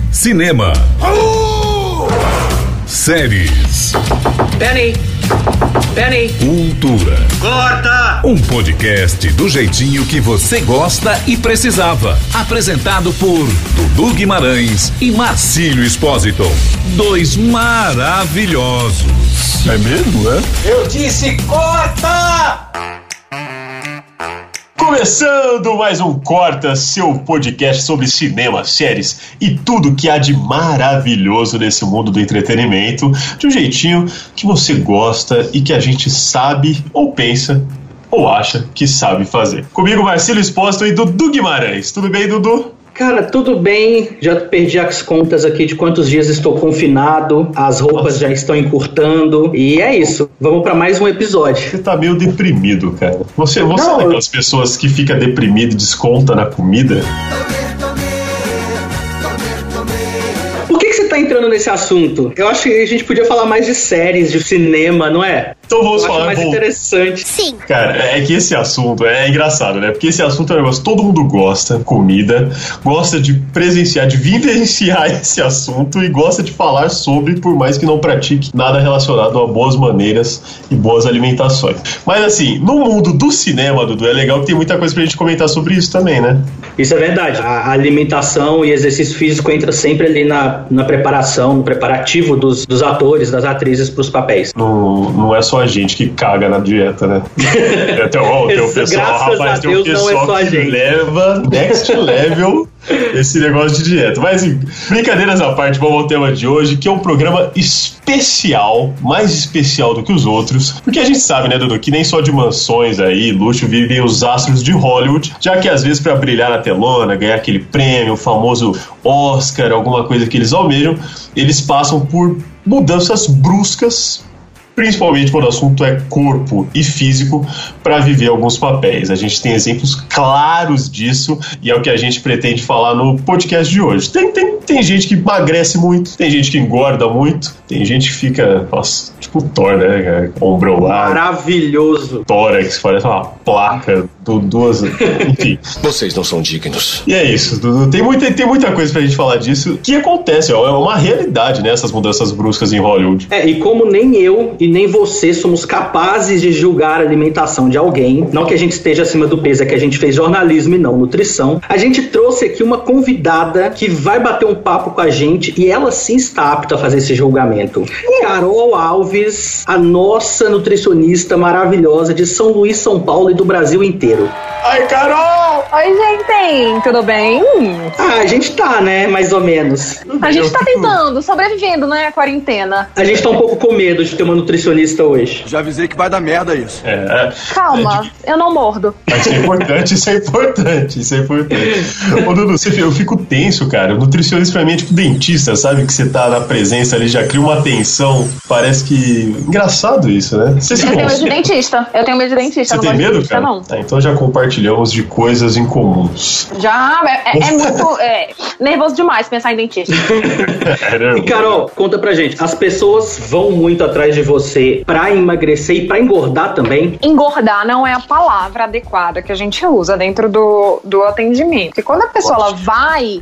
Cinema. Séries. Penny. Cultura. Corta! Um podcast do jeitinho que você gosta e precisava. Apresentado por Dudu Guimarães e Marcílio Espósito. Dois maravilhosos. É mesmo, é? Eu disse corta! Começando mais um Corta, seu podcast sobre cinema, séries e tudo que há de maravilhoso nesse mundo do entretenimento, de um jeitinho que você gosta e que a gente sabe ou pensa ou acha que sabe fazer. Comigo, Marcílio Espósito e Dudu Guimarães. Tudo bem, Dudu? Cara, tudo bem, já perdi as contas aqui de quantos dias estou confinado, as roupas já estão encurtando, e é isso, vamos para mais um episódio. Você tá meio deprimido, cara. Você é daquelas pessoas que fica deprimido e desconta na comida? Por que você tá entrando nesse assunto? Eu acho que a gente podia falar mais de séries, de cinema, não é? Então vamos falar mais interessante. Sim. Cara, é que esse assunto é engraçado, né? Porque esse assunto é um negócio que todo mundo gosta, comida, gosta de presenciar, de vivenciar esse assunto e gosta de falar sobre, por mais que não pratique nada relacionado a boas maneiras e boas alimentações. Mas assim, no mundo do cinema, Dudu, é legal que tem muita coisa pra gente comentar sobre isso também, né? Isso é verdade. A alimentação e exercício físico entra sempre ali na preparação, no preparativo dos atores, das atrizes pros papéis. Não é só a gente que caga na dieta, né? Tem o pessoal, rapaz, tem o pessoal que leva next level esse negócio de dieta. Mas, assim, brincadeiras à parte, vamos ao tema de hoje, que é um programa especial, mais especial do que os outros, porque a gente sabe, né, Dudu, que nem só de mansões aí, luxo, vivem os astros de Hollywood, já que às vezes pra brilhar na telona, ganhar aquele prêmio, o famoso Oscar, alguma coisa que eles almejam, eles passam por mudanças bruscas, principalmente quando o assunto é corpo e físico, para viver alguns papéis. A gente tem exemplos claros disso e é o que a gente pretende falar no podcast de hoje. Tem gente que emagrece muito, tem gente que engorda muito, tem gente que fica, nossa, tipo Thor, né? Ombrão lá. Maravilhoso. Tórax, parece uma placa, duas, enfim. Vocês não são dignos. E é isso, Dudu. Tem muita coisa pra gente falar disso que acontece, ó, é uma realidade, né? Essas mudanças bruscas em Hollywood. E como nem eu e nem você somos capazes de julgar a alimentação de alguém, não que a gente esteja acima do peso, é que a gente fez jornalismo e não nutrição, a gente trouxe aqui uma convidada que vai bater um papo com a gente e ela sim está apta a fazer esse julgamento. Carol Alves, a nossa nutricionista maravilhosa de São Luís, São Paulo e do Brasil inteiro. Ai, Carol! Oi, gente, tudo bem? A gente tá, né, mais ou menos. A gente tá tentando, sobrevivendo, né, a quarentena. A gente tá um pouco com medo de ter uma nutricionista hoje. Já avisei que vai dar merda isso. Calma, eu não mordo. Isso é importante. Ô, Dudu, eu fico tenso, cara. O nutricionista pra mim é tipo dentista, sabe? Que você tá na presença ali, já cria uma tensão. Parece que... Engraçado isso, né? Eu tenho medo de dentista. Você tem medo, cara? Não. Então já compartilhamos de coisas em comuns. Já, é muito nervoso demais pensar em dentista. E Carol, conta pra gente, as pessoas vão muito atrás de você pra emagrecer e pra engordar também? Engordar não é a palavra adequada que a gente usa dentro do atendimento. Porque quando a pessoa ela vai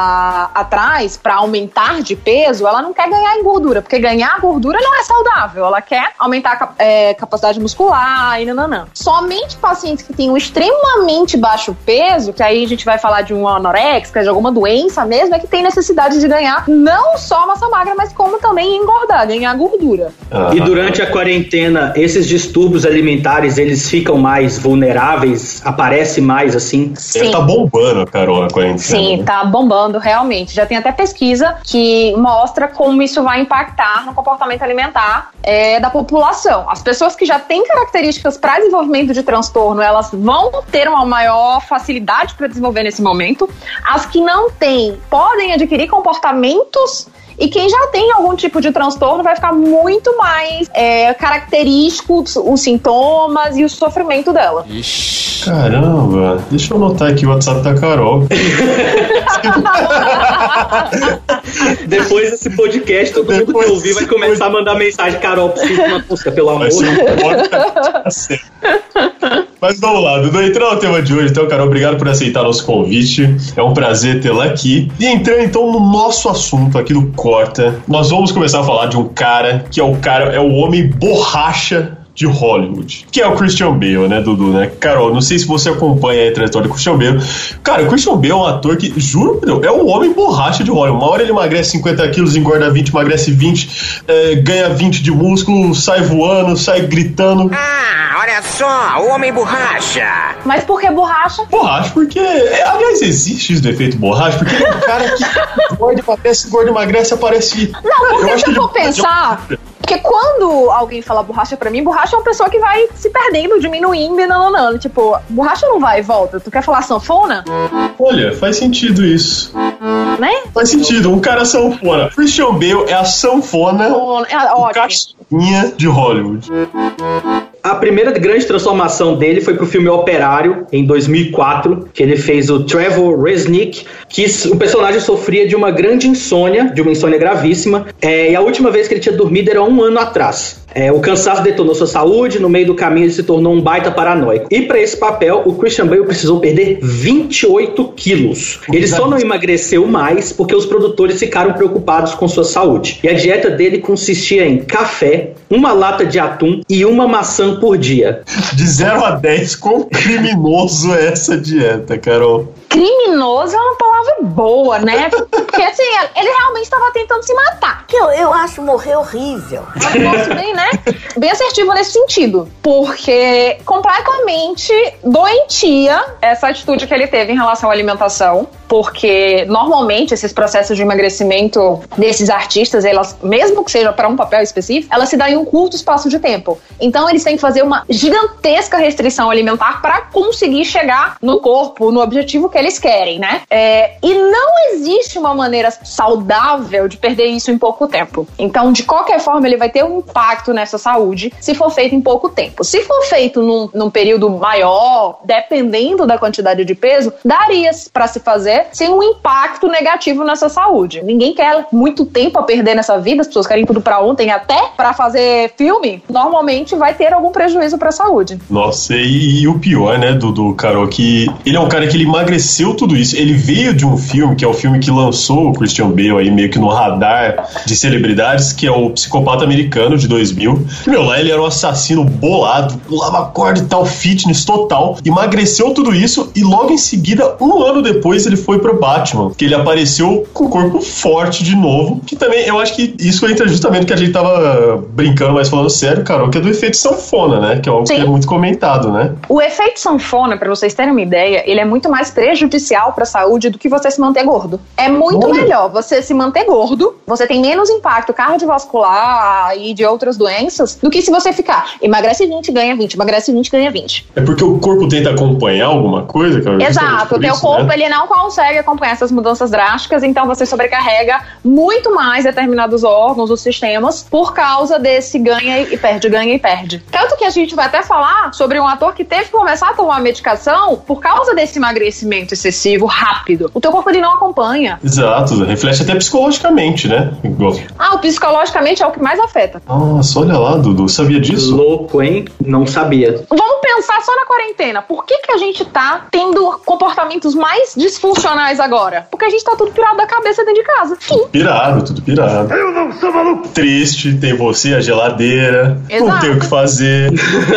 atrás pra aumentar de peso, ela não quer ganhar em gordura, porque ganhar gordura não é saudável. Ela quer aumentar a capacidade muscular e nananã. Somente pacientes que têm um extremamente baixo peso, que aí a gente vai falar de uma anorexia, de alguma doença mesmo, é que tem necessidade de ganhar não só massa magra, mas como também engordar, ganhar gordura. E durante a quarentena, esses distúrbios alimentares, eles ficam mais vulneráveis? Aparece mais assim? Sim. Tá bombando, Carol, a quarentena. Sim, tá bombando, realmente. Já tem até pesquisa que mostra como isso vai impactar no comportamento alimentar da população. As pessoas que já têm características para desenvolvimento de transtorno, elas vão ter uma maior facilidade para desenvolver nesse momento. As que não têm podem adquirir comportamentos. E quem já tem algum tipo de transtorno vai ficar muito mais característico os sintomas e o sofrimento dela. Ixi. Caramba, deixa eu anotar aqui o WhatsApp da Carol. Depois desse podcast, todo mundo que ouvir vai começar a mandar mensagem: Carol, preciso de uma busca, pelo amor. Mas vamos lá, Dudu, entrando no tema de hoje, então, Carol, obrigado por aceitar nosso convite. É um prazer tê-la aqui. E entrando, então, no nosso assunto aqui do Corta, nós vamos começar a falar de um cara que é o homem borracha de Hollywood, que é o Christian Bale, né, Dudu, né? Carol, não sei se você acompanha a trajetória do Christian Bale. Cara, o Christian Bale é um ator que, juro, é um homem borracha de Hollywood. Uma hora ele emagrece 50 quilos, engorda 20, emagrece 20, ganha 20 de músculo, sai voando, sai gritando. Olha só, o homem borracha. Mas por que borracha? Borracha porque, aliás, existe isso do efeito borracha, porque ele é um cara que gordo emagrece, aparece... Não, porque se eu for pensar... Porque quando alguém fala borracha pra mim, borracha é uma pessoa que vai se perdendo, diminuindo e não. Tipo, borracha não vai e volta. Tu quer falar sanfona? Olha, faz sentido isso. Né? Faz sentido, um cara sanfona. Christian Bale é a sanfona, o caixinha de Hollywood. A primeira grande transformação dele foi pro filme Operário, em 2004, que ele fez o Trevor Resnick, que o personagem sofria de uma grande insônia, de uma insônia gravíssima, e a última vez que ele tinha dormido era 1 ano atrás. O cansaço detonou sua saúde, no meio do caminho ele se tornou um baita paranoico. E para esse papel, o Christian Bale precisou perder 28 quilos. Ele só não emagreceu mais porque os produtores ficaram preocupados com sua saúde. E a dieta dele consistia em café, uma lata de atum e uma maçã por dia. De 0 a 10, quão criminoso é essa dieta, Carol? Criminoso é uma palavra boa, né? Porque assim, ele realmente estava tentando se matar. Eu acho morrer horrível. Um negócio bem, né? Bem assertivo nesse sentido. Porque completamente doentia essa atitude que ele teve em relação à alimentação. Porque normalmente esses processos de emagrecimento desses artistas, elas, mesmo que seja para um papel específico, elas se dão em um curto espaço de tempo. Então eles têm que fazer uma gigantesca restrição alimentar para conseguir chegar no corpo, no objetivo que eles querem, né? E não existe uma maneira saudável de perder isso em pouco tempo. Então, de qualquer forma, ele vai ter um impacto nessa saúde se for feito em pouco tempo. Se for feito num período maior, dependendo da quantidade de peso, daria para se fazer sem um impacto negativo nessa saúde. Ninguém quer muito tempo a perder nessa vida, as pessoas querem tudo pra ontem, até pra fazer filme, normalmente vai ter algum prejuízo pra saúde. Nossa, e o pior, né, do Carol, que ele é um cara que ele emagreceu tudo isso. Ele veio de um filme, que é o filme que lançou o Christian Bale aí meio que no radar de celebridades, que é o Psicopata Americano, de 2000. Que, lá ele era um assassino bolado, pulava corda e tal, fitness total, emagreceu tudo isso e logo em seguida, 1 ano depois, ele foi pro Batman, que ele apareceu com o corpo forte de novo, que também, eu acho que isso entra justamente no que a gente tava brincando, mas falando sério, Carol, que é do efeito sanfona, né, que é algo que é muito comentado, né. O efeito sanfona, pra vocês terem uma ideia, ele é muito mais prejudicial pra saúde do que você se manter gordo. É muito melhor você se manter gordo, você tem menos impacto cardiovascular e de outras doenças, do que se você ficar emagrece 20, ganha 20, emagrece 20, ganha 20. É porque o corpo tenta acompanhar alguma coisa, Carol? Exato, o teu corpo, né? Ele não consegue acompanhar essas mudanças drásticas, então você sobrecarrega muito mais determinados órgãos, os sistemas, por causa desse ganha e perde. Tanto que a gente vai até falar sobre um ator que teve que começar a tomar medicação por causa desse emagrecimento excessivo, rápido. O teu corpo, ele não acompanha. Exato, reflete até psicologicamente, né? O psicologicamente é o que mais afeta. Nossa, olha lá, Dudu, sabia disso? Louco, hein? Não sabia. Vamos pensar só na quarentena. Por que a gente tá tendo comportamentos mais disfuncionais agora? Porque a gente tá tudo pirado da cabeça dentro de casa. Tudo pirado. Eu não sou maluco. Triste, tem você, a geladeira. Exato. Não tem o que fazer.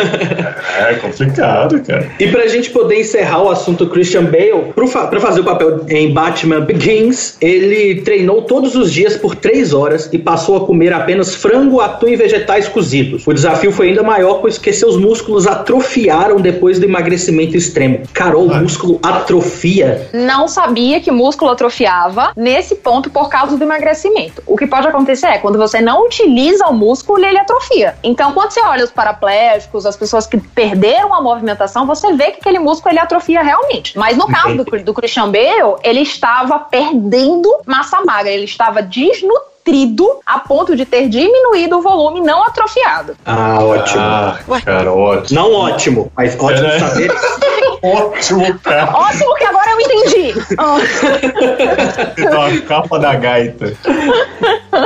É complicado, cara. E pra gente poder encerrar o assunto Christian Bale, pra fazer o papel em Batman Begins, ele treinou todos os dias por 3 horas e passou a comer apenas frango, atum e vegetais cozidos. O desafio foi ainda maior, pois que seus músculos atrofiaram depois do emagrecimento extremo. Carol, o músculo atrofia? Não sabia que músculo atrofiava nesse ponto por causa do emagrecimento. O que pode acontecer é quando você não utiliza o músculo, ele atrofia. Então, quando você olha os paraplégicos, as pessoas que perderam a movimentação, você vê que aquele músculo ele atrofia realmente. Mas no caso do Christian Bale, ele estava perdendo massa magra, ele estava desnutrido a ponto de ter diminuído o volume, não atrofiado. Ótimo. Cara, ótimo. Não ótimo, mas ótimo saber. Ótimo, cara. Ótimo que agora eu entendi. A capa da gaita.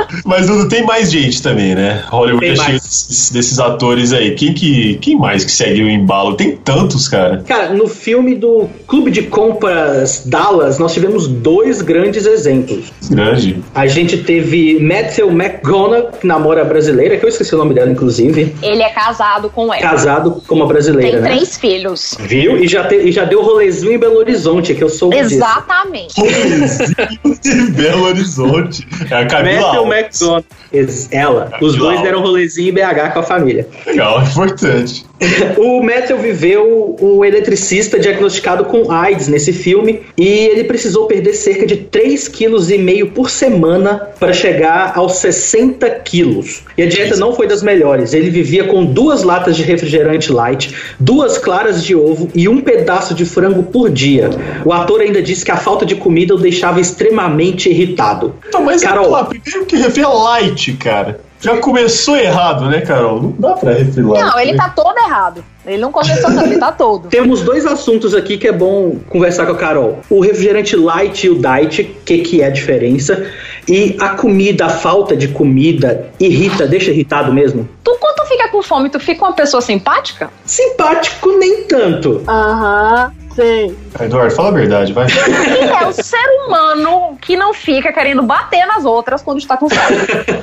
Mas, Dudu, tem mais gente também, né? Hollywood é cheio desses atores aí. Quem mais que segue o embalo? Tem tantos, cara. Cara, no filme do Clube de Compras Dallas, nós tivemos 2 grandes exemplos. Grande. A gente teve Matthew McConaughey, que namora a brasileira, que eu esqueci o nome dela, inclusive. Ele é casado com ela. Casado com uma brasileira, Tem 3 filhos. Viu? E já deu rolezinho em Belo Horizonte, que eu sou Exatamente. Rolezinho em Belo Horizonte. É a Camila Matthew McConaughey. Ela. Os dois deram rolezinho em BH com a família. Legal, importante. O Matthew viveu um eletricista diagnosticado com AIDS nesse filme e ele precisou perder cerca de 3,5 kg por semana para chegar aos 60 quilos. E a dieta não foi das melhores. Ele vivia com 2 latas de refrigerante light, 2 claras de ovo e 1 pedaço de frango por dia. O ator ainda disse que a falta de comida o deixava extremamente irritado. Então, mas Carol, primeiro que refri é light, cara. Já começou errado, né, Carol? Não dá pra refilar. Não, ele tá todo errado. Ele não começou não, ele tá todo. Temos 2 assuntos aqui que é bom conversar com a Carol. O refrigerante light e o diet, o que é a diferença? E a comida, a falta de comida, deixa irritado mesmo? Tu, quando tu fica com fome, tu fica uma pessoa simpática? Simpático nem tanto. Aham. Sim. Eduardo, fala a verdade, vai. Quem é o ser humano que não fica querendo bater nas outras quando está com fome?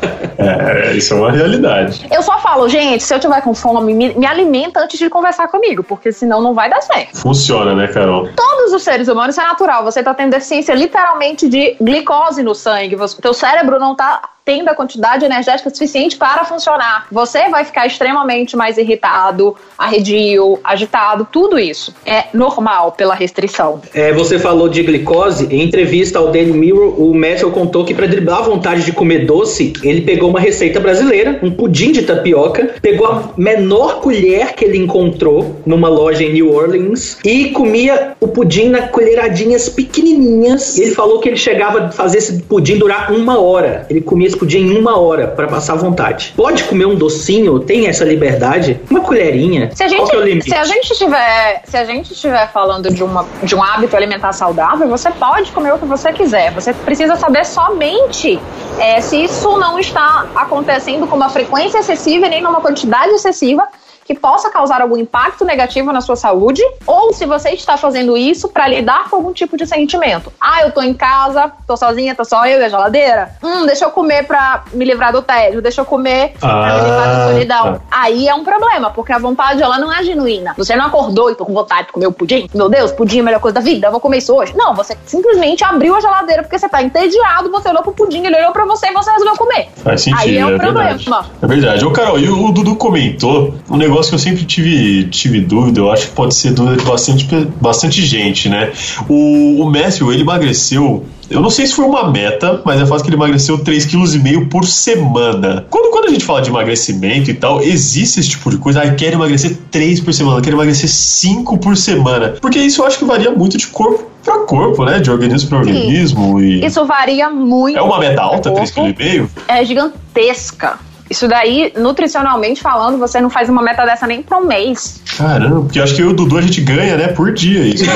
Isso é uma realidade. Eu só falo, gente, se eu tiver com fome, me alimenta antes de conversar comigo, porque senão não vai dar certo. Funciona, né, Carol? Todos os seres humanos, isso é natural. Você tá tendo deficiência literalmente de glicose no sangue. Teu cérebro não tá tendo a quantidade energética suficiente para funcionar. Você vai ficar extremamente mais irritado, arredio, agitado, tudo isso. É normal pela restrição. Você falou de glicose. Em entrevista ao Daily Mirror, o Matthew contou que para driblar a vontade de comer doce, ele pegou uma receita brasileira, um pudim de tapioca, pegou a menor colher que ele encontrou numa loja em New Orleans e comia o pudim na colheradinhas pequenininhas. Ele falou que ele chegava a fazer esse pudim durar 1 hora. Ele comia esse pudim em 1 hora para passar vontade. Pode comer um docinho, tem essa liberdade? Uma colherinha. Qual que é o limite? Se a gente estiver falando de um hábito alimentar saudável, você pode comer o que você quiser. Você precisa saber somente se isso não está acontecendo com uma frequência excessiva e nem numa quantidade excessiva que possa causar algum impacto negativo na sua saúde, ou se você está fazendo isso para lidar com algum tipo de sentimento. Eu tô em casa, tô sozinha, tô só eu e a geladeira. Deixa eu comer pra me livrar do tédio, deixa eu comer pra me livrar da solidão. Aí é um problema, porque a vontade, ela não é genuína. Você não acordou e tô com vontade de comer o pudim. Meu Deus, pudim é a melhor coisa da vida, eu vou comer isso hoje. Não, você simplesmente abriu a geladeira porque você tá entediado, você olhou pro pudim, ele olhou pra você e você resolveu comer. Faz sentido, aí é um problema. É verdade. Ô, Carol, e o Dudu comentou um negócio que eu sempre tive dúvida, eu acho que pode ser dúvida de bastante gente, né? O Matthew, ele emagreceu, eu não sei se foi uma meta, mas é fácil que ele emagreceu 3,5 kg por semana. Quando a gente fala de emagrecimento e tal, existe esse tipo de coisa, quero emagrecer 3 por semana, quero emagrecer 5 por semana, porque isso eu acho que varia muito de corpo para corpo, né? De organismo para organismo. E isso varia muito. É uma meta alta, 3,5 kg? É gigantesca. Isso daí, nutricionalmente falando, você não faz uma meta dessa nem pra um mês. Caramba, porque eu acho que eu e o Dudu a gente ganha, né, por dia isso.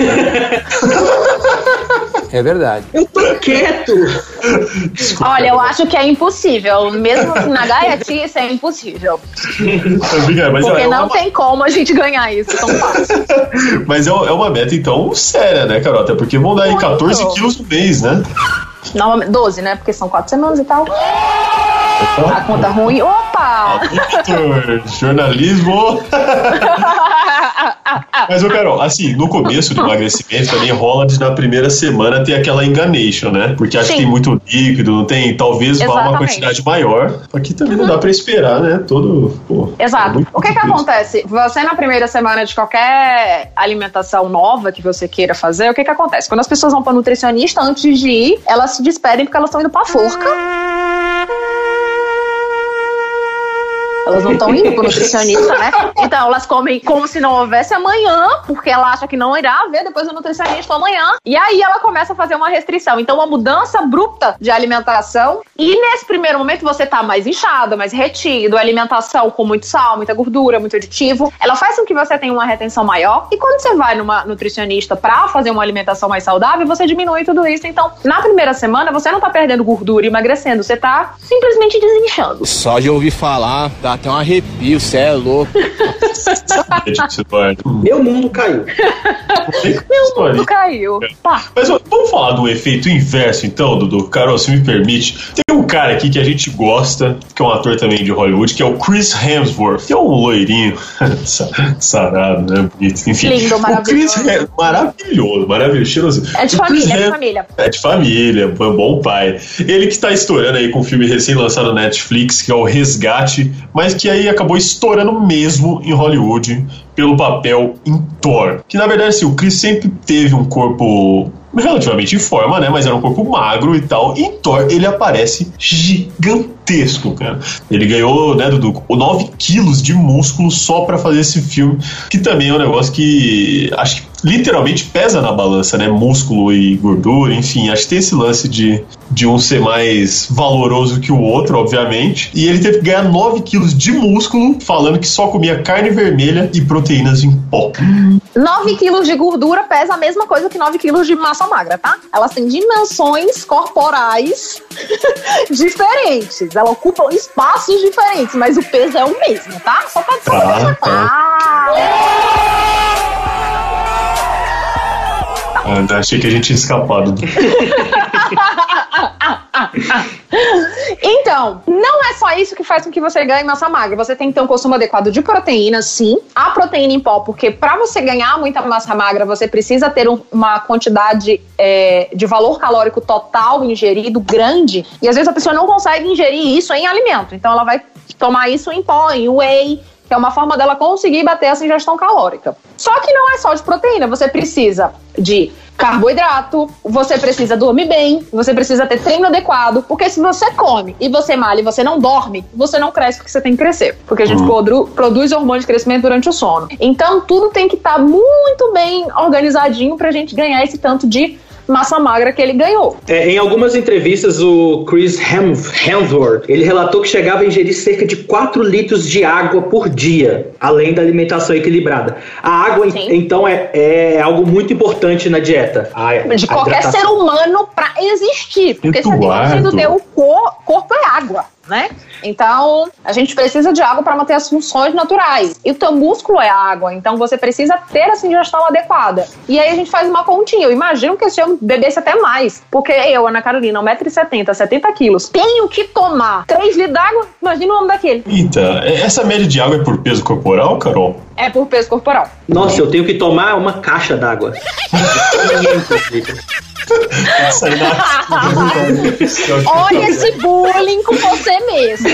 É verdade. Eu tô quieto. Desculpa, olha, eu acho que é impossível. Mesmo na gaiatice é impossível. Porque não tem como a gente ganhar isso tão fácil. Mas é uma meta, então, séria, né, Carol? Até porque vão dar aí 14 quilos no mês, né? Normalmente 12, né? Porque são 4 semanas e tal. A conta ruim. Opa! Jornalismo. Mas, ô Carol, assim, no começo do emagrecimento também rola de na primeira semana ter aquela enganation, né? Porque acho que tem muito líquido, não tem? Talvez vá uma quantidade maior. Aqui também não dá pra esperar, né? Exato. O que acontece? Você na primeira semana de qualquer alimentação nova que você queira fazer, o que acontece? Quando as pessoas vão pra nutricionista, antes de ir, elas se despedem porque elas estão indo pra forca. Elas não estão indo pro nutricionista, né? Então elas comem como se não houvesse amanhã, porque ela acha que não irá haver depois do nutricionista amanhã. E aí ela começa a fazer uma restrição. Então uma mudança abrupta de alimentação. E nesse primeiro momento você tá mais inchado, mais retido, alimentação com muito sal, muita gordura, muito aditivo. Ela faz com que você tenha uma retenção maior. E quando você vai numa nutricionista pra fazer uma alimentação mais saudável, você diminui tudo isso. Então, na primeira semana, você não tá perdendo gordura e emagrecendo. Você tá simplesmente desinchando. Só de ouvir falar, dá até um arrepio. Você é louco. Meu mundo caiu. Meu mundo caiu. Pá. Mas vamos falar do efeito inverso, então, Dudu? Carol, se me permite. Tem um cara aqui que a gente gosta, que é um ator também de Hollywood, que é o Chris Hemsworth. Que é um loirinho sarado, né? Bonito. Enfim. Lindo, maravilhoso. Maravilhoso, cheiroso. É de família, É de família, bom pai. Ele que tá estourando aí com um filme recém-lançado na Netflix, que é o Resgate, mas que aí acabou estourando mesmo em Hollywood pelo papel em Thor. Que na verdade, assim, o Chris sempre teve um corpo relativamente em forma, né? Mas era um corpo magro e tal. E em Thor ele aparece gigantesco, cara. Ele ganhou, né, Dudu, 9 quilos de músculo só pra fazer esse filme, que também é um negócio que acho que literalmente pesa na balança, né? Músculo e gordura, enfim, acho que tem esse lance de um ser mais valoroso que o outro, obviamente. E ele teve que ganhar 9 quilos de músculo, falando que só comia carne vermelha e proteínas em pó. 9 quilos de gordura pesa a mesma coisa que 9 quilos de massa magra, tá? Elas têm dimensões corporais diferentes. Elas ocupam espaços diferentes, mas o peso é o mesmo, tá? Só pra achei que a gente tinha escapado. Então, não é só isso que faz com que você ganhe massa magra. Você tem que ter um consumo adequado de proteína, sim. A proteína em pó, porque para você ganhar muita massa magra, você precisa ter uma quantidade de valor calórico total ingerido grande. E às vezes a pessoa não consegue ingerir isso em alimento. Então ela vai tomar isso em pó, em whey, que é uma forma dela conseguir bater essa ingestão calórica. Só que não é só de proteína, você precisa de carboidrato, você precisa dormir bem, você precisa ter treino adequado, porque se você come e você malha e você não dorme, você não cresce porque você tem que crescer, porque a gente produz hormônio de crescimento durante o sono. Então tudo tem que estar muito bem organizadinho pra gente ganhar esse tanto de massa magra que ele ganhou. Em algumas entrevistas, o Chris Hemsworth, ele relatou que chegava a ingerir cerca de 4 litros de água por dia, além da alimentação equilibrada. A água, então, é algo muito importante na dieta. De qualquer ser humano para existir, porque se a gente o corpo é água, né? Então, a gente precisa de água para manter as funções naturais. E o teu músculo é água, então você precisa ter essa ingestão adequada. E aí a gente faz uma continha. Eu imagino que esse homem bebesse até mais. Porque eu, Ana Carolina, 1,70m, 70 quilos, tenho que tomar 3 litros d'água. Imagina o homem daquele. Eita, essa média de água é por peso corporal, Carol? É por peso corporal. Nossa, eu tenho que tomar uma caixa d'água. Olha esse bullying com você mesmo.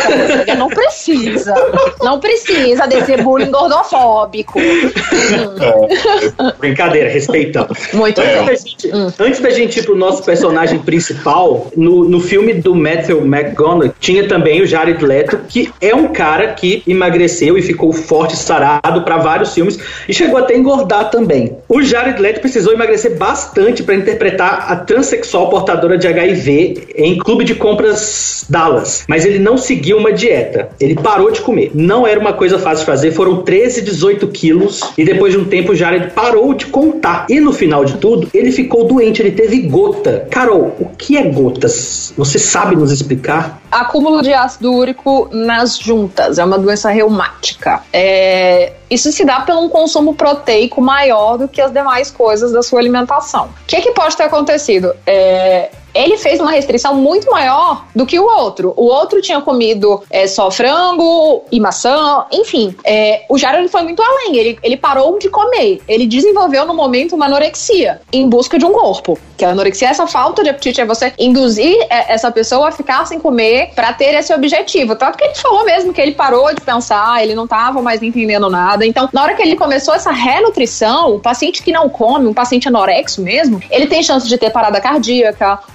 Não precisa desse bullying gordofóbico. Brincadeira, respeitando. Muito bem. Antes da gente ir pro nosso personagem principal, no filme do Matthew McConaughey tinha também o Jared Leto, que é um cara que emagreceu e ficou forte, sarado para vários filmes e chegou até a engordar também. O Jared Leto precisou emagrecer bastante para interpretar a transexual portadora de HIV em Clube de Compras Dallas, mas ele não seguiu uma dieta, ele parou de comer. Não era uma coisa fácil de fazer, foram 13, 18 quilos e depois de um tempo o Jared parou de contar e no final de tudo ele ficou doente, ele teve gota. Carol, o que é gotas? Você sabe nos explicar? Acúmulo de ácido úrico nas juntas, é uma doença reumática. Isso se dá pelo um consumo proteico maior do que as demais coisas da sua alimentação. O que pode ter acontecido? Ele fez uma restrição muito maior do que o outro. O outro tinha comido só frango e maçã, enfim. O Jared foi muito além, ele parou de comer. Ele desenvolveu no momento uma anorexia em busca de um corpo. Que a anorexia é essa falta de apetite, é você induzir essa pessoa a ficar sem comer pra ter esse objetivo. Tanto que ele falou mesmo que ele parou de pensar, ele não tava mais entendendo nada. Então, na hora que ele começou essa renutrição, o paciente que não come, um paciente anorexo mesmo, ele tem chance de ter parada cardíaca,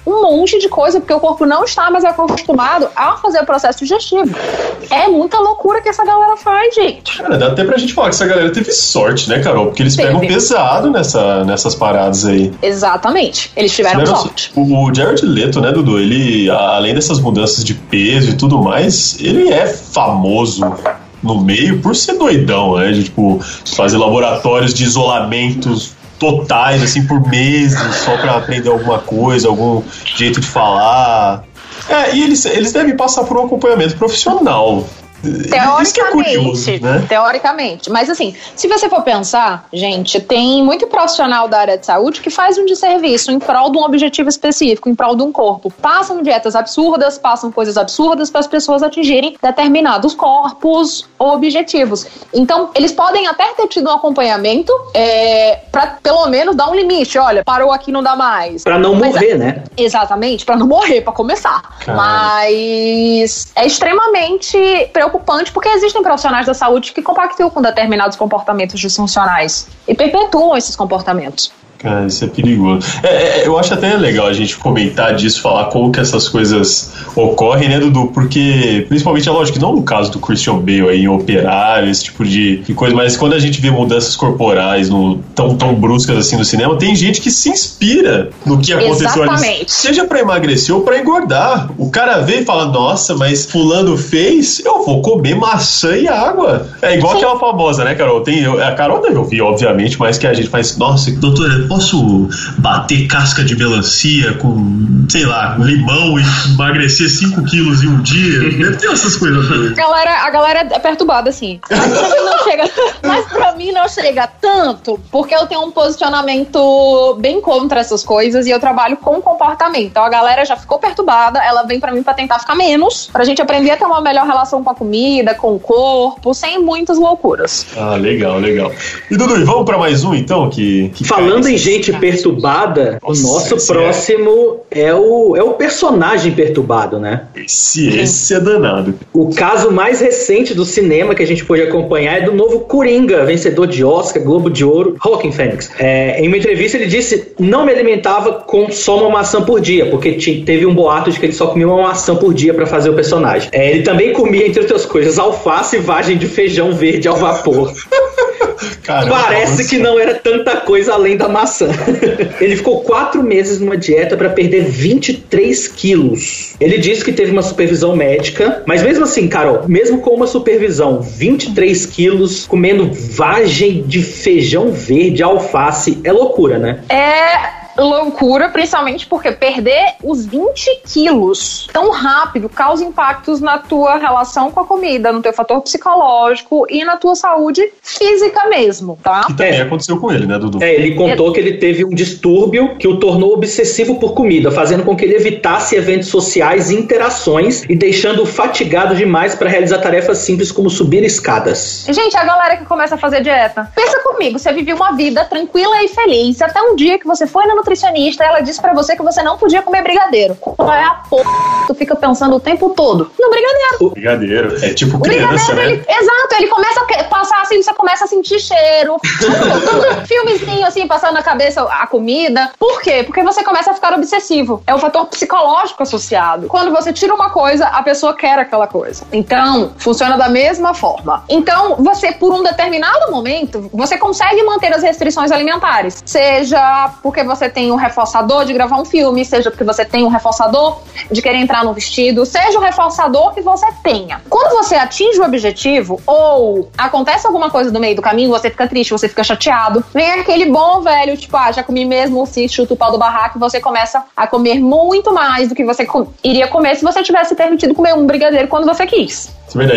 um monte de coisa, porque o corpo não está mais acostumado a fazer o processo digestivo. É muita loucura que essa galera faz, gente. Cara, dá até pra gente falar que essa galera teve sorte, né, Carol? Porque eles pegam pesado nessas paradas aí. Exatamente, eles tiveram sorte. O Jared Leto, né, Dudu, ele, além dessas mudanças de peso e tudo mais, ele é famoso no meio por ser doidão, né, de, tipo, fazer laboratórios de isolamentos totais, assim, por meses, só pra aprender alguma coisa, algum jeito de falar. E eles devem passar por um acompanhamento profissional. Teoricamente, isso que é curioso, né? Teoricamente. Mas assim, se você for pensar, gente, tem muito profissional da área de saúde que faz um desserviço em prol de um objetivo específico, em prol de um corpo. Passam dietas absurdas, passam coisas absurdas para as pessoas atingirem determinados corpos ou objetivos. Então, eles podem até ter tido um acompanhamento para pelo menos dar um limite. Olha, parou aqui, não dá mais. Para não morrer, né? Exatamente, para não morrer, para começar. Caramba. Mas é extremamente preocupante, porque existem profissionais da saúde que compactuam com determinados comportamentos disfuncionais e perpetuam esses comportamentos. Cara, isso é perigoso. Eu acho até legal a gente comentar disso, falar como que essas coisas ocorrem, né, Dudu? Porque, principalmente, é lógico que não no caso do Christian Bale aí, em Operário, esse tipo de coisa, mas quando a gente vê mudanças corporais tão bruscas assim no cinema, tem gente que se inspira no que aconteceu ali. Seja pra emagrecer ou pra engordar. O cara vê e fala, nossa, mas fulano fez, eu vou comer maçã e água. É igual aquela famosa, né, Carol? A Carol deve ouvir, obviamente, mas que a gente faz, nossa, doutora, posso bater casca de melancia com, sei lá, limão e emagrecer 5 quilos em um dia? Deve ter essas coisas. A galera é perturbada, assim. Mas pra mim não chega tanto, porque eu tenho um posicionamento bem contra essas coisas e eu trabalho com comportamento. Então a galera já ficou perturbada, ela vem pra mim pra tentar ficar menos, pra gente aprender a ter uma melhor relação com a comida, com o corpo, sem muitas loucuras. Ah, legal. E Dudu, vamos pra mais um, então? Falando em gente perturbada, o nosso próximo é o personagem perturbado, né? Esse é danado. O caso mais recente do cinema que a gente pôde acompanhar é do novo Coringa, vencedor de Oscar, Globo de Ouro, Joaquin Phoenix. Em uma entrevista ele disse: não me alimentava com só uma maçã por dia, porque teve um boato de que ele só comia uma maçã por dia pra fazer o personagem. Ele também comia, entre outras coisas, alface e vagem de feijão verde ao vapor. Caramba, parece que não era tanta coisa além da maçã. Ele ficou 4 meses numa dieta para perder 23 quilos. Ele disse que teve uma supervisão médica, mas mesmo assim, Carol, mesmo com uma supervisão, 23 quilos, comendo vagem de feijão verde, alface, é loucura, né? É loucura, principalmente porque perder os 20 quilos tão rápido causa impactos na tua relação com a comida, no teu fator psicológico e na tua saúde física mesmo, tá? Que também aconteceu com ele, né, Dudu? Ele contou que ele teve um distúrbio que o tornou obsessivo por comida, fazendo com que ele evitasse eventos sociais e interações e deixando-o fatigado demais para realizar tarefas simples como subir escadas. Gente, a galera que começa a fazer dieta, pensa comigo, você vivia uma vida tranquila e feliz até um dia que você foi na nutricionista e ela disse pra você que você não podia comer brigadeiro. Qual é a porra que tu fica pensando o tempo todo? No brigadeiro. Brigadeiro. É tipo criança, né? Exato, ele começa a passar assim, você começa a sentir cheiro. Filmezinho assim, passando na cabeça a comida. Por quê? Porque você começa a ficar obsessivo. É o fator psicológico associado. Quando você tira uma coisa, a pessoa quer aquela coisa. Então, funciona da mesma forma. Então, você, por um determinado momento, você consegue manter as restrições alimentares. Seja porque você tem um reforçador de gravar um filme, seja porque você tem um reforçador de querer entrar no vestido, seja o reforçador que você tenha. Quando você atinge o objetivo ou acontece alguma coisa no meio do caminho, você fica triste, você fica chateado, vem aquele bom velho, tipo, já comi mesmo, se chuta o pau do barraco, e você começa a comer muito mais do que você iria comer se você tivesse permitido comer um brigadeiro quando você quis.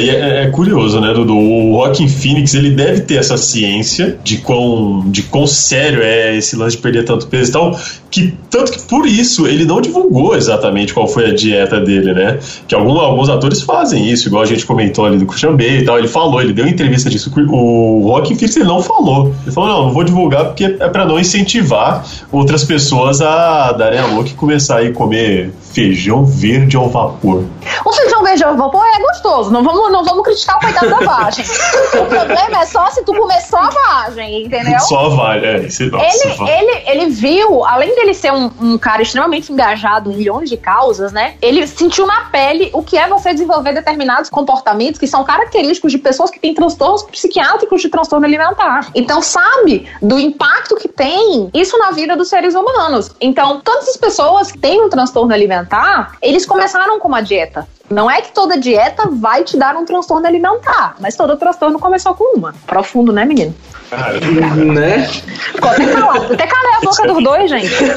É curioso, né, Dudu? O Joaquin Phoenix, ele deve ter essa ciência de quão sério é esse lance de perder tanto peso e tal, tanto que por isso ele não divulgou exatamente qual foi a dieta dele, né? Que alguns atores fazem isso, igual a gente comentou ali do Christian Bale e tal. Ele deu entrevista disso. O Joaquin Phoenix, ele não falou. Ele falou, não vou divulgar porque é pra não incentivar outras pessoas a darem a louca e começar a comer feijão verde ao vapor. O feijão verde ao vapor é gostoso. Não vamos criticar o coitado da vagem. O problema é só se tu comer só a vagem, entendeu? Só a vagem, Ele viu, além dele ser um cara extremamente engajado em milhões de causas, né? Ele sentiu na pele o que é você desenvolver determinados comportamentos que são característicos de pessoas que têm transtornos psiquiátricos de transtorno alimentar. Então, sabe do impacto que tem isso na vida dos seres humanos. Então, todas as pessoas que têm um transtorno alimentar, eles começaram com uma dieta. Não é que toda dieta vai te dar um transtorno alimentar, mas todo transtorno começou com uma. Profundo, né, menino? Né? Ficou até calado. Até calei a boca dos dois, gente.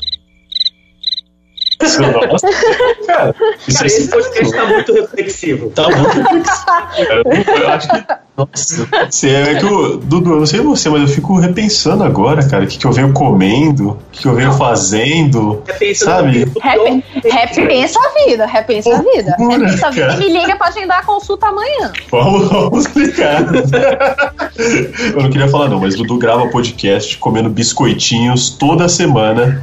Nossa, cara, esse podcast tá muito reflexivo. Tá muito reflexivo. Eu acho que. Nossa, é que Dudu, eu não sei você, mas eu fico repensando agora, cara, o que eu venho comendo, o que eu venho fazendo, sabe? Repensa a vida. Repensa a vida e me liga pra agendar a consulta amanhã. Vamos explicar. Eu não queria falar não, mas Dudu grava podcast comendo biscoitinhos toda semana.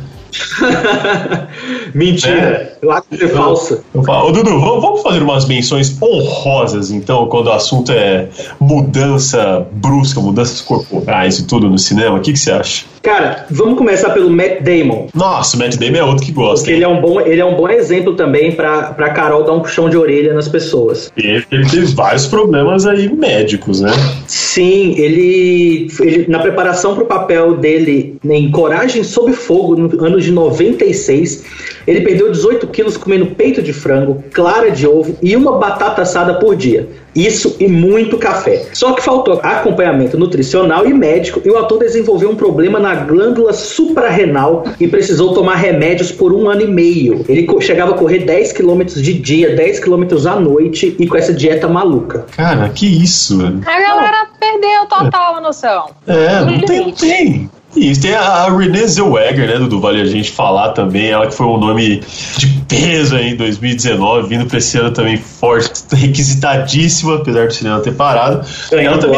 Mentira, eu acho que é falso. Ô Dudu, vamos fazer umas menções honrosas então, quando o assunto é mudança brusca, mudanças corporais e tudo no cinema. O que você acha? Cara, vamos começar pelo Matt Damon. Nossa, o Matt Damon é outro que gosta. Porque ele é um bom exemplo também pra Carol dar um puxão de orelha nas pessoas. Ele teve vários problemas aí médicos, né? Sim, ele na preparação pro papel dele em Coragem Sob Fogo, no ano de 96, ele perdeu 18 quilos comendo peito de frango, clara de ovo e uma batata assada por dia. Isso e muito café. Só que faltou acompanhamento nutricional e médico, e o ator desenvolveu um problema na glândula suprarrenal e precisou tomar remédios por 1 ano e meio. Ele chegava a correr 10 km de dia, 10 km à noite, e com essa dieta maluca. Cara, que isso, velho? A galera perdeu total a noção. Não tem. Isso, tem a Renée Zellweger, né, Dudu, vale a gente falar também, ela que foi um nome de peso aí em 2019, vindo pra esse ano também forte, requisitadíssima, apesar do cinema ter parado. Ela também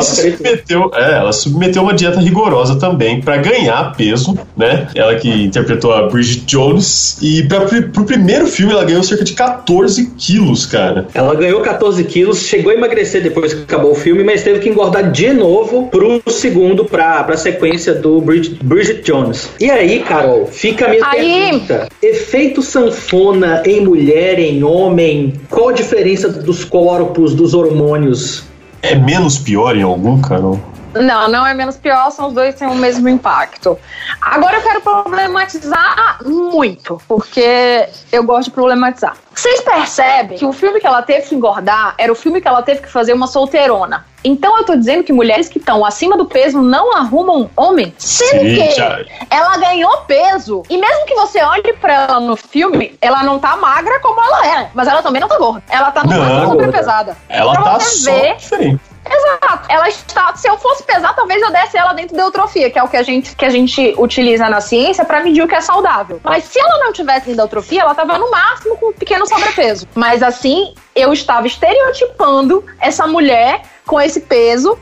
ela submeteu uma dieta rigorosa também pra ganhar peso, né, ela que interpretou a Bridget Jones, e pro primeiro filme ela ganhou cerca de 14 quilos, cara. Ela ganhou 14 quilos, chegou a emagrecer depois que acabou o filme, mas teve que engordar de novo pro segundo, pra sequência do Bridget Jones. E aí, Carol, fica a minha pergunta. Efeito sanfona em mulher, em homem, qual a diferença dos corpos, dos hormônios? É menos pior em algum, Carol? Não é menos pior, são os dois têm o mesmo impacto. Agora eu quero problematizar muito, porque eu gosto de problematizar. Vocês percebem que o filme que ela teve que engordar era o filme que ela teve que fazer uma solteirona. Então eu tô dizendo que mulheres que estão acima do peso não arrumam homem, sendo que ela ganhou peso. E mesmo que você olhe pra ela no filme, ela não tá magra como ela é, mas ela também não tá gorda. Ela tá no máximo sobrepesada. Ela tá só diferente. Exato. Ela está, se eu fosse pesar, talvez eu desse ela dentro da eutrofia, que é o que a gente utiliza na ciência pra medir o que é saudável. Mas se ela não tivesse dentro da eutrofia, ela tava no máximo com um pequeno sobrepeso. Mas assim, eu estava estereotipando essa mulher com esse peso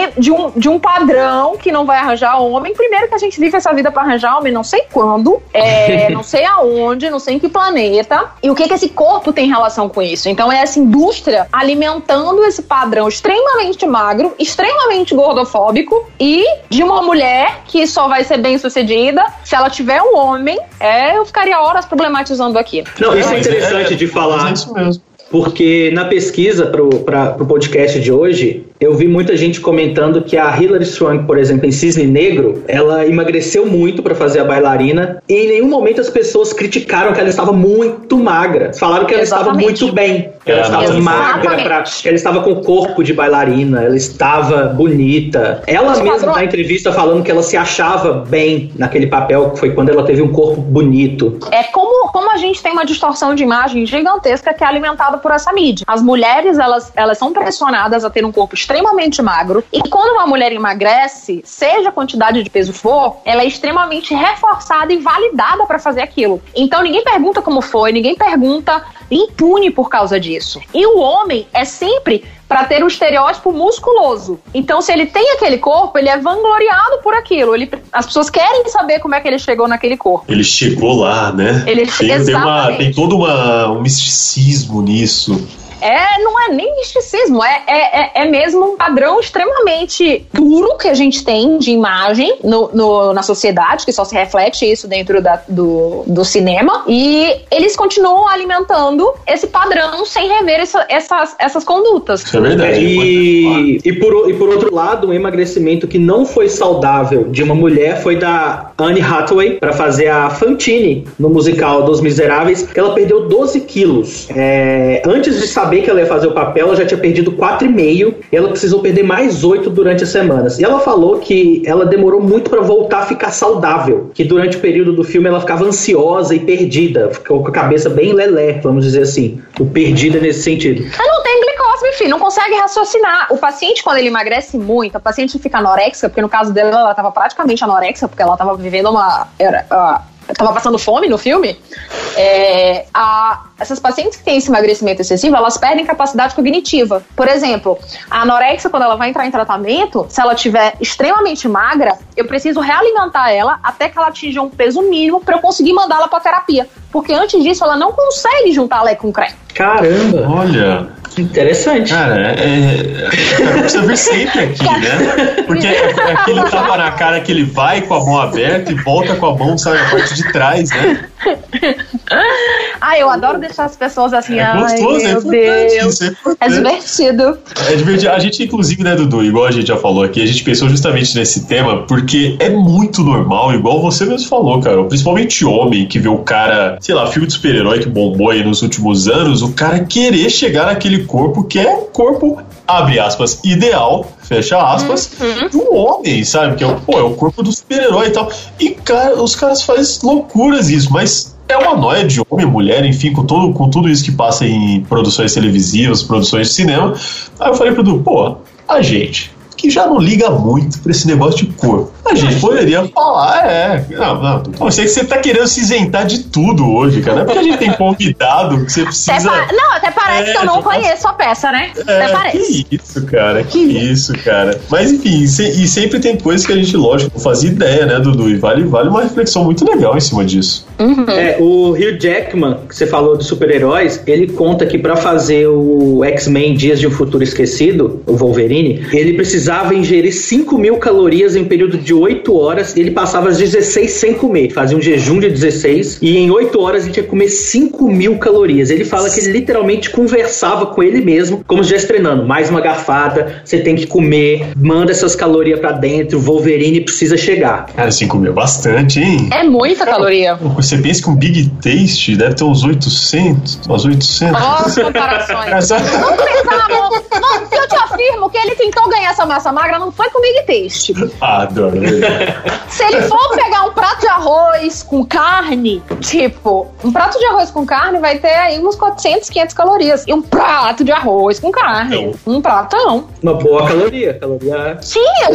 de um padrão que não vai arranjar homem. Primeiro que a gente vive essa vida pra arranjar homem, não sei quando, não sei aonde, não sei em que planeta, e o que esse corpo tem relação com isso. Então é essa indústria alimentando esse padrão extremamente magro, extremamente gordofóbico, e de uma mulher que só vai ser bem sucedida se ela tiver um homem. Eu ficaria horas problematizando aqui. Não, isso é interessante de falar. É isso mesmo. Porque na pesquisa pro podcast de hoje, eu vi muita gente comentando que a Hilary Swank, por exemplo, em Cisne Negro, ela emagreceu muito para fazer a bailarina, e em nenhum momento as pessoas criticaram que ela estava muito magra. Falaram que ela estava muito bem, que ela estava magra, ela estava com corpo de bailarina, ela estava bonita. Ela mesma na entrevista falando que ela se achava bem naquele papel, que foi quando ela teve um corpo bonito. É como a gente tem uma distorção de imagem gigantesca que é alimentada por essa mídia. As mulheres, elas são pressionadas a ter um corpo extremamente magro, e quando uma mulher emagrece, seja a quantidade de peso for, ela é extremamente reforçada e validada para fazer aquilo. Então ninguém pergunta como foi, ninguém pergunta, impune por causa disso. E o homem é sempre para ter um estereótipo musculoso. Então, se ele tem aquele corpo, ele é vangloriado por aquilo. As pessoas querem saber como é que ele chegou naquele corpo. Ele chegou lá, né? Tem todo um misticismo nisso. Não é nem misticismo, é mesmo um padrão extremamente duro que a gente tem de imagem na sociedade, que só se reflete isso dentro do cinema, e eles continuam alimentando esse padrão sem rever essas condutas. Isso é verdade. E por outro lado, um emagrecimento que não foi saudável de uma mulher foi da Anne Hathaway, para fazer a Fantine no musical dos Miseráveis. Ela perdeu 12 quilos. Antes de saber que ela ia fazer o papel, ela já tinha perdido 4,5 e ela precisou perder mais 8 durante as semanas. E ela falou que ela demorou muito para voltar a ficar saudável, que durante o período do filme ela ficava ansiosa e perdida, ficou com a cabeça bem lelé, vamos dizer assim, o perdida nesse sentido. Ela não tem glicose, filho, não consegue raciocinar. O paciente, quando ele emagrece muito, a paciente fica anoréxica, porque no caso dela, ela estava praticamente anoréxica, porque ela estava vivendo tava passando fome no filme. Essas pacientes que têm esse emagrecimento excessivo, elas perdem capacidade cognitiva. Por exemplo, a anorexia, quando ela vai entrar em tratamento, se ela estiver extremamente magra, eu preciso realimentar ela até que ela atinja um peso mínimo para eu conseguir mandá-la para terapia. Porque antes disso, ela não consegue juntar lé com creme. Caramba! Olha... Interessante. Cara, precisa ver sempre aqui, né? Porque é aquele tapa na cara que ele vai com a mão aberta e volta com a mão, sabe, na parte de trás, né? Eu adoro deixar as pessoas assim, gostoso, meu Deus. É divertido. É divertido. A gente, inclusive, né, Dudu, igual a gente já falou aqui, a gente pensou justamente nesse tema porque é muito normal, igual você mesmo falou, cara, principalmente homem que vê o cara, sei lá, filme de super-herói que bombou aí nos últimos anos, o cara querer chegar naquele corpo que é o corpo, abre aspas, ideal, fecha aspas, de um homem, sabe? Que é o corpo do super-herói e tal. E, cara, os caras fazem loucuras isso, mas é uma noia de homem, mulher, enfim, com tudo isso que passa em produções televisivas, produções de cinema. Aí eu falei pro Dudu, a gente que já não liga muito pra esse negócio de corpo, a gente poderia falar, não, eu sei que você tá querendo se isentar de tudo hoje, cara, não é porque a gente tem convidado que você precisa... Até parece que eu não conheço a peça, né? Até parece. Que isso, cara. Mas enfim, e sempre tem coisas que a gente, lógico, não fazia ideia, né, Dudu? E vale uma reflexão muito legal em cima disso. O Hugh Jackman, que você falou dos super-heróis, ele conta que pra fazer o X-Men Dias de um Futuro Esquecido, o Wolverine, ele precisava ingerir 5.000 calorias em um período de 8 horas, e ele passava as 16 sem comer, fazia um jejum de 16, e em 8 horas ele tinha que comer 5.000 calorias. Ele fala que ele literalmente conversava com ele mesmo, como se estivesse treinando, mais uma garfada, você tem que comer, manda essas calorias pra dentro, o Wolverine precisa chegar. Cara, 5.000 é bastante, hein? É muita caloria. Você pensa que um Big Taste deve ter uns 800? Nossa, comparações. Vamos pensar, amor. Não, se eu te afirmo que ele tentou ganhar essa massa magra, não foi com Big Taste. Adoro. Se ele for pegar um prato de arroz com carne, um prato de arroz com carne vai ter aí uns 400, 500 calorias. E um prato de arroz com carne. Um pratão. Uma boa caloria. Sim, a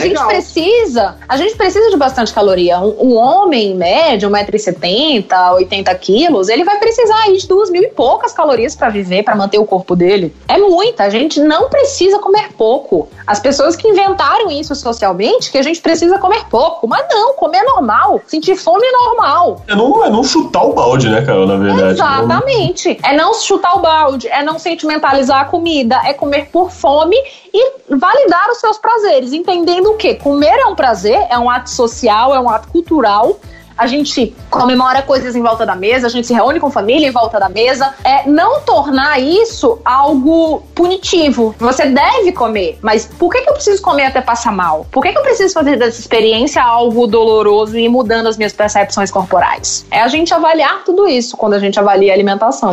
gente precisa de bastante caloria. Um homem, em média, 1,70m, 80 quilos, ele vai precisar aí de 2.000 e poucas calorias pra viver, pra manter o corpo dele. É muita. A gente não precisa comer pouco. As pessoas que inventaram isso socialmente, que a gente precisa comer pouco. Mas não, comer é normal. Sentir fome é normal. É não chutar o balde, né, Carol, na verdade. Exatamente. É não chutar o balde, é não sentimentalizar a comida, é comer por fome e validar os seus prazeres, entendendo que comer é um prazer, é um ato social, é um ato cultural. A gente comemora coisas em volta da mesa, a gente se reúne com família em volta da mesa. Não tornar isso algo punitivo. Você deve comer, mas por que eu preciso comer até passar mal? Por que eu preciso fazer dessa experiência algo doloroso e ir mudando as minhas percepções corporais? É a gente avaliar tudo isso quando a gente avalia a alimentação.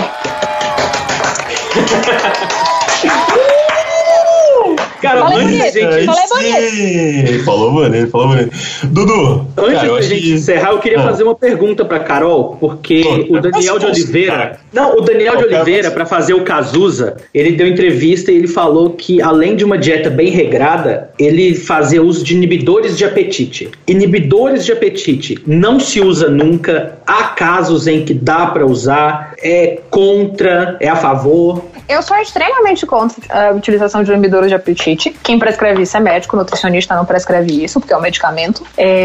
Cara, falei bonito. Falou bonito. Dudu, antes da gente encerrar, eu queria fazer uma pergunta pra Carol, porque o Daniel de Oliveira... o Daniel de Oliveira, pra fazer o Cazuza, ele deu entrevista e ele falou que, além de uma dieta bem regrada, ele fazia uso de inibidores de apetite. Inibidores de apetite não se usa nunca, há casos em que dá pra usar, é contra, é a favor... eu sou extremamente contra a utilização de inibidores de apetite. Quem prescreve isso é médico, nutricionista não prescreve isso, porque é um medicamento.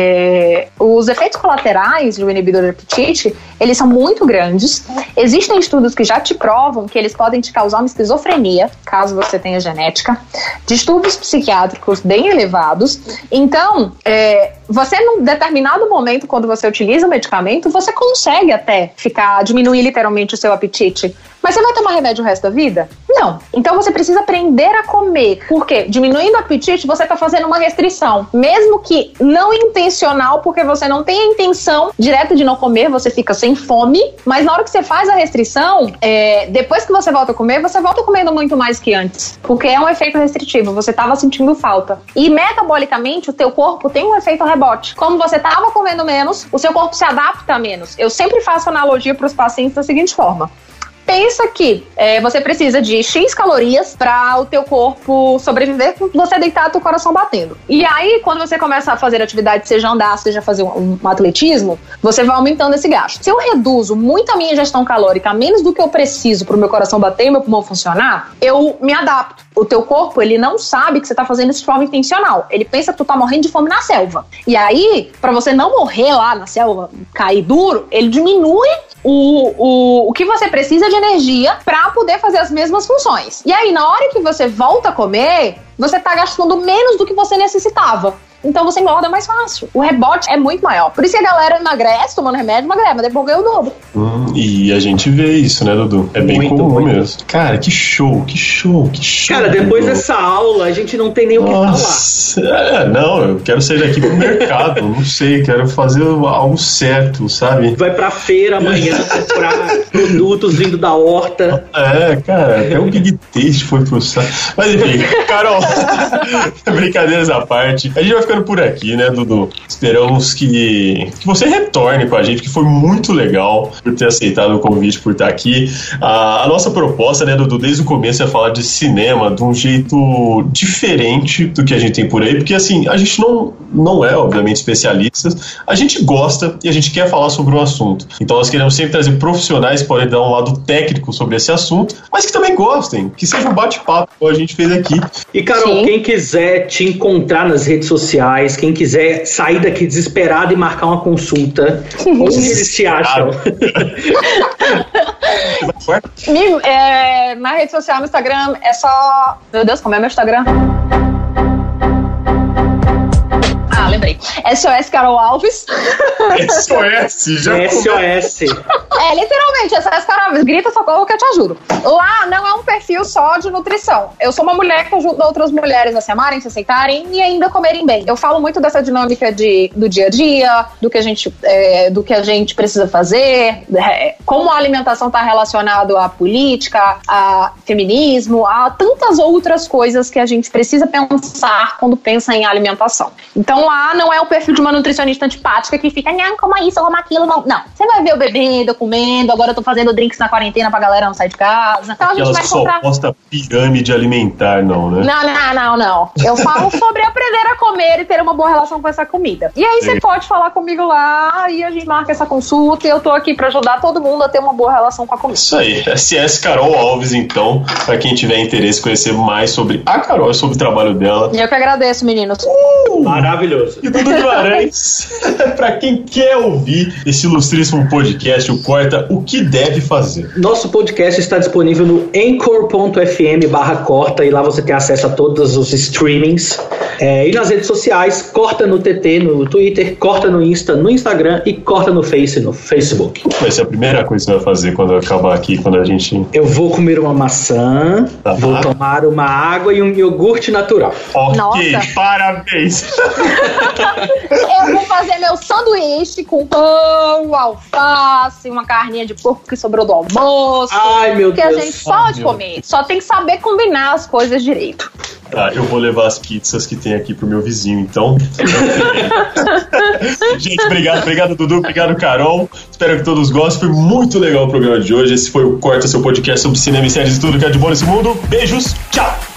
Os efeitos colaterais do inibidor de apetite, eles são muito grandes. Existem estudos que já te provam que eles podem te causar uma esquizofrenia, caso você tenha genética, distúrbios psiquiátricos bem elevados. Então, você num determinado momento, quando você utiliza o medicamento, você consegue até diminuir literalmente o seu apetite. Mas você vai tomar remédio o resto da vida? Não. Então você precisa aprender a comer. Por quê? Diminuindo o apetite, você está fazendo uma restrição. Mesmo que não intencional, porque você não tem a intenção direta de não comer, você fica sem fome. Mas na hora que você faz a restrição, depois que você volta a comer, você volta comendo muito mais que antes. Porque é um efeito restritivo, você estava sentindo falta. E metabolicamente, o teu corpo tem um efeito rebote. Como você estava comendo menos, o seu corpo se adapta menos. Eu sempre faço analogia para os pacientes da seguinte forma. Pensa que você precisa de X calorias para o teu corpo sobreviver com você deitado e o coração batendo. E aí, quando você começa a fazer atividade, seja andar, seja fazer um atletismo, você vai aumentando esse gasto. Se eu reduzo muito a minha ingestão calórica a menos do que eu preciso para o meu coração bater e meu pulmão funcionar, eu me adapto. O teu corpo, ele não sabe que você tá fazendo isso de forma intencional. Ele pensa que tu tá morrendo de fome na selva. E aí, pra você não morrer lá na selva, cair duro, ele diminui o que você precisa de energia pra poder fazer as mesmas funções. E aí, na hora que você volta a comer, você tá gastando menos do que você necessitava. Então você engorda mais fácil. O rebote é muito maior. Por isso que a galera emagrece tomando remédio, mas depois ganha o dobro. E a gente vê isso, né, Dudu? É bem muito comum mesmo. Cara, que show. Cara, depois dessa aula, a gente não tem nem o que falar. Não, eu quero sair daqui pro mercado. Não sei, quero fazer algo certo, sabe? Vai pra feira amanhã comprar produtos vindo da horta. Cara, até o Big Taste foi pro saco. Mas enfim, Carol, brincadeiras à parte. A gente vai ficando por aqui, né, Dudu? Esperamos que você retorne com a gente, que foi muito legal por ter aceitado o convite, por estar aqui. A nossa proposta, né, Dudu, desde o começo é falar de cinema de um jeito diferente do que a gente tem por aí, porque assim, a gente não é, obviamente, especialistas, a gente gosta e a gente quer falar sobre um assunto. Então nós queremos sempre trazer profissionais que podem dar um lado técnico sobre esse assunto, mas que também gostem, que seja um bate-papo, como a gente fez aqui. E Carol, quem quiser te encontrar nas redes sociais, quem quiser sair daqui desesperado e marcar uma consulta, onde eles te acham? Na rede social, no Instagram, é só... Meu Deus, como é meu Instagram? Lembrei. SOS Carol Alves. SOS, já SOS. Literalmente, SOS Carol Alves. Grita socorro que eu te ajudo. Lá não é um perfil só de nutrição. Eu sou uma mulher que ajuda outras mulheres a se amarem, se aceitarem e ainda comerem bem. Eu falo muito dessa dinâmica do dia a dia, do que a gente precisa fazer, como a alimentação está relacionada à política, a feminismo, a tantas outras coisas que a gente precisa pensar quando pensa em alimentação. Então lá não é o perfil de uma nutricionista antipática que fica, não, como é isso, como aquilo, não. Não, você vai ver eu bebendo, eu comendo, agora eu tô fazendo drinks na quarentena pra galera não sair de casa. Então a gente vai comprar... Suposta pirâmide alimentar, não, né? Não. Eu falo sobre aprender a comer e ter uma boa relação com essa comida. E aí você pode falar comigo lá e a gente marca essa consulta e eu tô aqui pra ajudar todo mundo a ter uma boa relação com a comida. Isso aí, SS Carol Alves, então, pra quem tiver interesse em conhecer mais sobre a Carol e sobre o trabalho dela. E eu que agradeço, meninos. Maravilhoso. E Dudu Guimarães, pra quem quer ouvir esse ilustríssimo podcast, o Corta, o que deve fazer? Nosso podcast está disponível no anchor.fm/corta e lá você tem acesso a todos os streamings. E nas redes sociais, Corta no TT, no Twitter, Corta no Insta, no Instagram e Corta no Face, no Facebook. Vai ser a primeira coisa que você vai fazer quando acabar aqui, quando a gente... Eu vou comer uma maçã, vou tomar uma água e um iogurte natural. Ok, nossa. Parabéns! Eu vou fazer meu sanduíche com pão, alface, uma carninha de porco que sobrou do almoço. Ai, meu Deus. Que a gente pode comer. Só tem que saber combinar as coisas direito. Tá, eu vou levar as pizzas que tem aqui pro meu vizinho, então. Gente, obrigado Dudu, obrigado Carol. Espero que todos gostem. Foi muito legal o programa de hoje. Esse foi o Corta, seu podcast sobre cinema e séries e tudo que é de bom nesse mundo. Beijos, tchau!